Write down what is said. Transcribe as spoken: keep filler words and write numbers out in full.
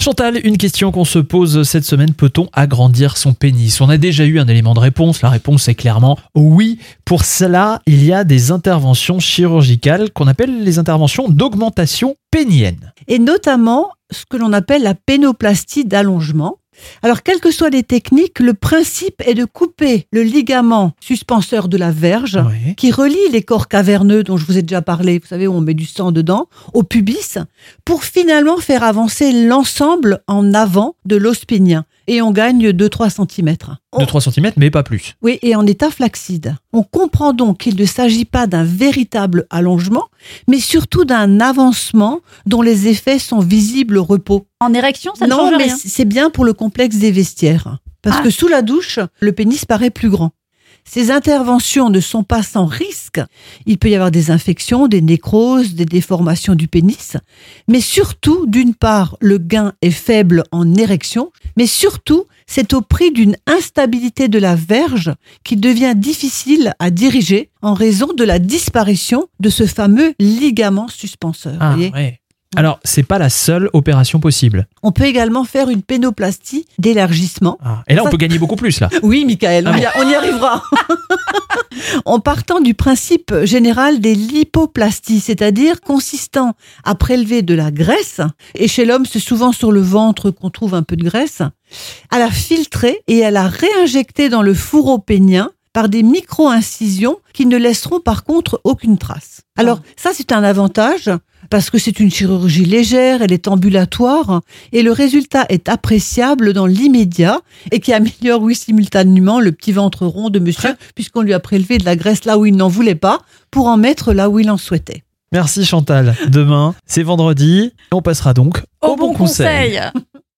Chantal, une question qu'on se pose cette semaine, peut-on agrandir son pénis ? On a déjà eu un élément de réponse, la réponse est clairement oui. Pour cela, il y a des interventions chirurgicales qu'on appelle les interventions d'augmentation pénienne. Et notamment ce que l'on appelle la pénoplastie d'allongement. Alors, quelles que soient les techniques, le principe est de couper le ligament suspenseur de la verge Oui. qui relie les corps caverneux dont je vous ai déjà parlé, vous savez, où on met du sang dedans, au pubis, pour finalement faire avancer l'ensemble en avant de l'os pénien. Et on gagne deux à trois centimètres. deux à trois centimètres, mais pas plus. Oui, et en état flaccide. On comprend donc qu'il ne s'agit pas d'un véritable allongement, mais surtout d'un avancement dont les effets sont visibles au repos. En érection, ça ne non, change mais rien. c'est bien pour le complexe des vestiaires. Parce Ah. que sous la douche, le pénis paraît plus grand. Ces interventions ne sont pas sans risque. Il peut y avoir des infections, des nécroses, des déformations du pénis. Mais surtout, d'une part, le gain est faible en érection, mais surtout, c'est au prix d'une instabilité de la verge qui devient difficile à diriger en raison de la disparition de ce fameux ligament suspenseur. Ah, voyez. ouais. Alors, c'est pas la seule opération possible. On peut également faire une pénoplastie d'élargissement. Ah. Et là, on Ça- peut gagner beaucoup plus, là. Oui, Michael, on, Ah y, on y arrivera. En partant du principe général des lipoplasties, c'est-à-dire consistant à prélever de la graisse, et chez l'homme, c'est souvent sur le ventre qu'on trouve un peu de graisse, à la filtrer et à la réinjecter dans le fourreau pénien par des micro-incisions qui ne laisseront par contre aucune trace. Alors, ça, c'est un avantage parce que c'est une chirurgie légère, elle est ambulatoire et le résultat est appréciable dans l'immédiat et qui améliore, oui, simultanément le petit ventre rond de monsieur puisqu'on lui a prélevé de la graisse là où il n'en voulait pas pour en mettre là où il en souhaitait. Merci Chantal. Demain, c'est vendredi. On passera donc au, Au bon conseil.